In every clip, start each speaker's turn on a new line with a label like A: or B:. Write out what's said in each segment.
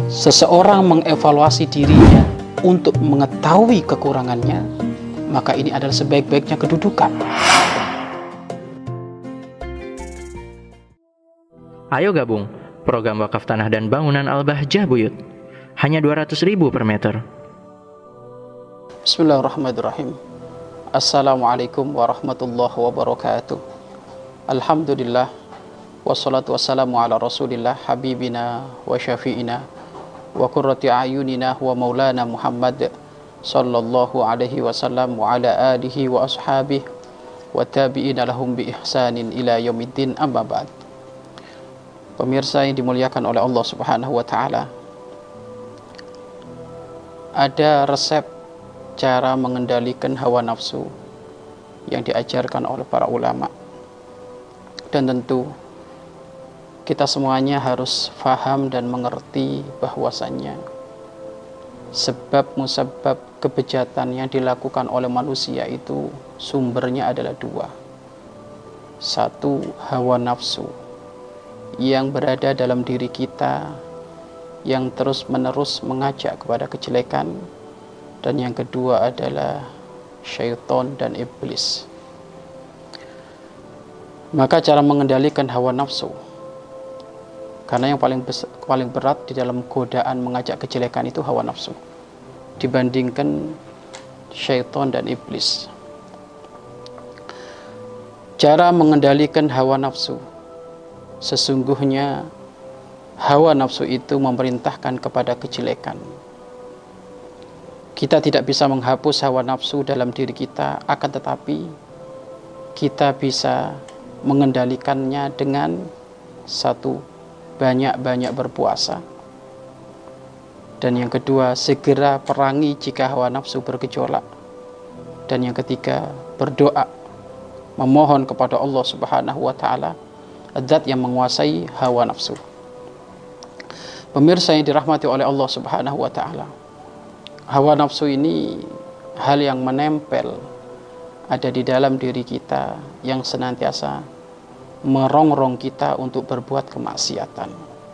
A: seseorang mengevaluasi dirinya untuk mengetahui kekurangannya, maka ini adalah sebaik-baiknya kedudukan.
B: Ayo gabung program wakaf tanah dan bangunan Al-Bahjah Buyut. Hanya 200.000 per meter.
A: Bismillahirrahmanirrahim. Assalamualaikum warahmatullahi wabarakatuh. Alhamdulillah, wassalatu wassalamu ala rasulillah, habibina wa syafi'ina wa qurrati ayunina wa maulana Muhammad sallallahu alaihi wasallam wa ala alihi wa ashabihi wa tabi'ina lahum bi ihsanin ila yaumiddin, amma ba'd. Pemirsa yang dimuliakan oleh Allah Subhanahu wa taala, ada resep cara mengendalikan hawa nafsu yang diajarkan oleh para ulama, dan tentu kita semuanya harus faham dan mengerti bahwasannya sebab musabab kebejatan yang dilakukan oleh manusia itu sumbernya adalah dua. Satu, hawa nafsu yang berada dalam diri kita, yang terus-menerus mengajak kepada kejelekan. Dan yang kedua adalah syaitan dan iblis. Maka cara mengendalikan hawa nafsu, karena yang paling berat di dalam godaan mengajak kejelekan itu hawa nafsu dibandingkan syaitan dan iblis. Cara mengendalikan hawa nafsu, sesungguhnya hawa nafsu itu memerintahkan kepada kejelekan. Kita tidak bisa menghapus hawa nafsu dalam diri kita, akan tetapi kita bisa mengendalikannya dengan satu, banyak-banyak berpuasa. Dan yang kedua, segera perangi jika hawa nafsu bergejolak. Dan yang ketiga, berdoa, memohon kepada Allah Subhanahu wa taala, zat yang menguasai hawa nafsu. Pemirsa yang dirahmati oleh Allah Subhanahu wa taala, hawa nafsu ini hal yang menempel ada di dalam diri kita, yang senantiasa merongrong kita untuk berbuat kemaksiatan.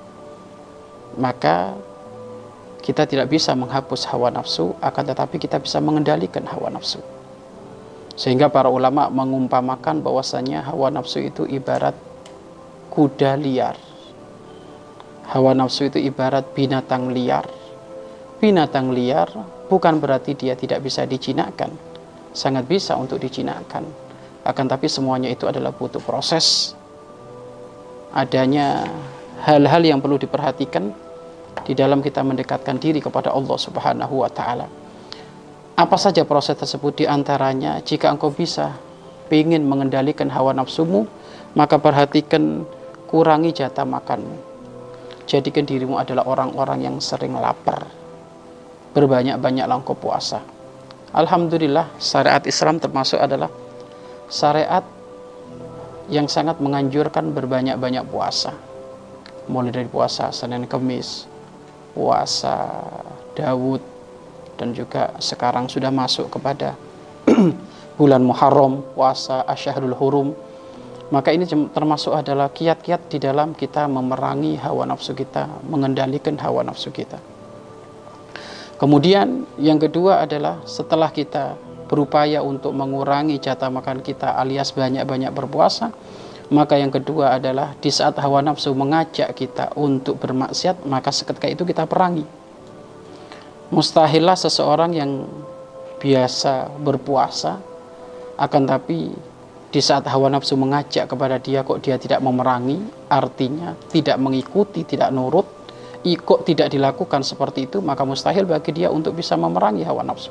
A: Maka kita tidak bisa menghapus hawa nafsu, akan tetapi kita bisa mengendalikan hawa nafsu. Sehingga para ulama mengumpamakan bahwasanya hawa nafsu itu ibarat kuda liar. Hawa nafsu itu ibarat binatang liar. Binatang liar bukan berarti dia tidak bisa dijinakkan, sangat bisa untuk dijinakkan. Akan tapi semuanya itu adalah butuh proses. Adanya hal-hal yang perlu diperhatikan di dalam kita mendekatkan diri kepada Allah Subhanahu wa taala. Apa saja proses tersebut? Di antaranya, jika engkau bisa ingin mengendalikan hawa nafsumu, maka perhatikan, kurangi jatah makanmu. Jadikan dirimu adalah orang-orang yang sering lapar. Berbanyak-banyaklah engkau puasa. Alhamdulillah, syariat Islam termasuk adalah syariat yang sangat menganjurkan berbanyak-banyak puasa. Mulai dari puasa Senin Kemis, puasa Daud, dan juga sekarang sudah masuk kepada bulan Muharram, puasa Asyhurul Hurum. Maka ini termasuk adalah kiat-kiat di dalam kita memerangi hawa nafsu kita, mengendalikan hawa nafsu kita. Kemudian yang kedua adalah setelah kita berupaya untuk mengurangi jatah makan kita alias banyak-banyak berpuasa, maka yang kedua adalah di saat hawa nafsu mengajak kita untuk bermaksiat, maka seketika itu kita perangi. Mustahillah seseorang yang biasa berpuasa, akan tapi di saat hawa nafsu mengajak kepada dia kok dia tidak memerangi, artinya tidak mengikuti, tidak nurut, kok tidak dilakukan seperti itu, maka mustahil bagi dia untuk bisa memerangi hawa nafsu.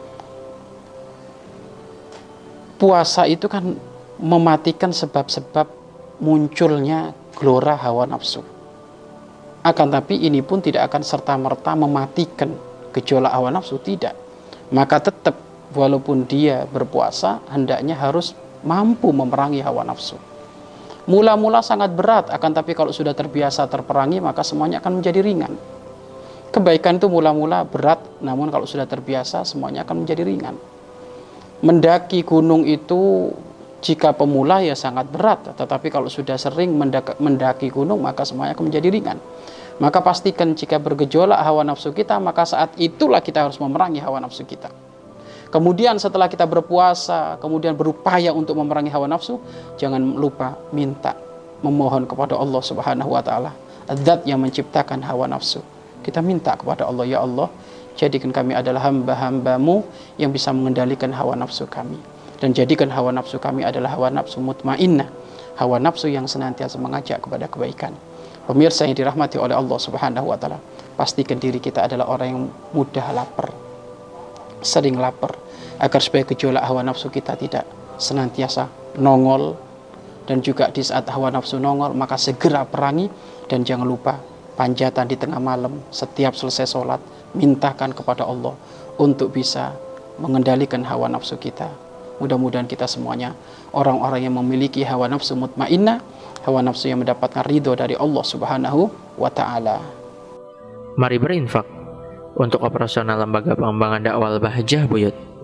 A: Puasa itu kan mematikan sebab-sebab munculnya gelora hawa nafsu. Akan tapi ini pun tidak akan serta-merta mematikan gejolak hawa nafsu, tidak. Maka tetap walaupun dia berpuasa, hendaknya harus mampu memerangi hawa nafsu. Mula-mula sangat berat, akan tapi kalau sudah terbiasa terperangi, maka semuanya akan menjadi ringan. Kebaikan itu mula-mula berat, namun kalau sudah terbiasa, semuanya akan menjadi ringan. Mendaki gunung itu Jika pemula ya sangat berat, tetapi kalau sudah sering mendaki gunung maka semuanya akan menjadi ringan. Maka pastikan jika bergejolak hawa nafsu kita, maka saat itulah kita harus memerangi hawa nafsu kita. Kemudian setelah kita berpuasa, kemudian berupaya untuk memerangi hawa nafsu, jangan lupa minta, memohon kepada Allah Subhanahu wa taala, Zat yang menciptakan hawa nafsu. Kita minta kepada Allah, ya Allah, jadikan kami adalah hamba-hambamu yang bisa mengendalikan hawa nafsu kami. Dan jadikan hawa nafsu kami adalah hawa nafsu mutmainnah, hawa nafsu yang senantiasa mengajak kepada kebaikan. Pemirsa yang dirahmati oleh Allah Subhanahu wa taala, pastikan diri kita adalah orang yang mudah lapar, sering lapar, agar supaya gejolak hawa nafsu kita tidak senantiasa nongol. Dan juga di saat hawa nafsu nongol, maka segera perangi. Dan jangan lupa panjatan di tengah malam, setiap selesai sholat, mintakan kepada Allah untuk bisa mengendalikan hawa nafsu kita. Mudah-mudahan kita semuanya orang-orang yang memiliki hawa nafsu mutmainnah, hawa nafsu yang mendapatkan ridho dari Allah Subhanahu wa ta'ala.
B: Mari berinfak untuk operasional Lembaga Pengembangan Dakwah Al-Bahjah Buyut.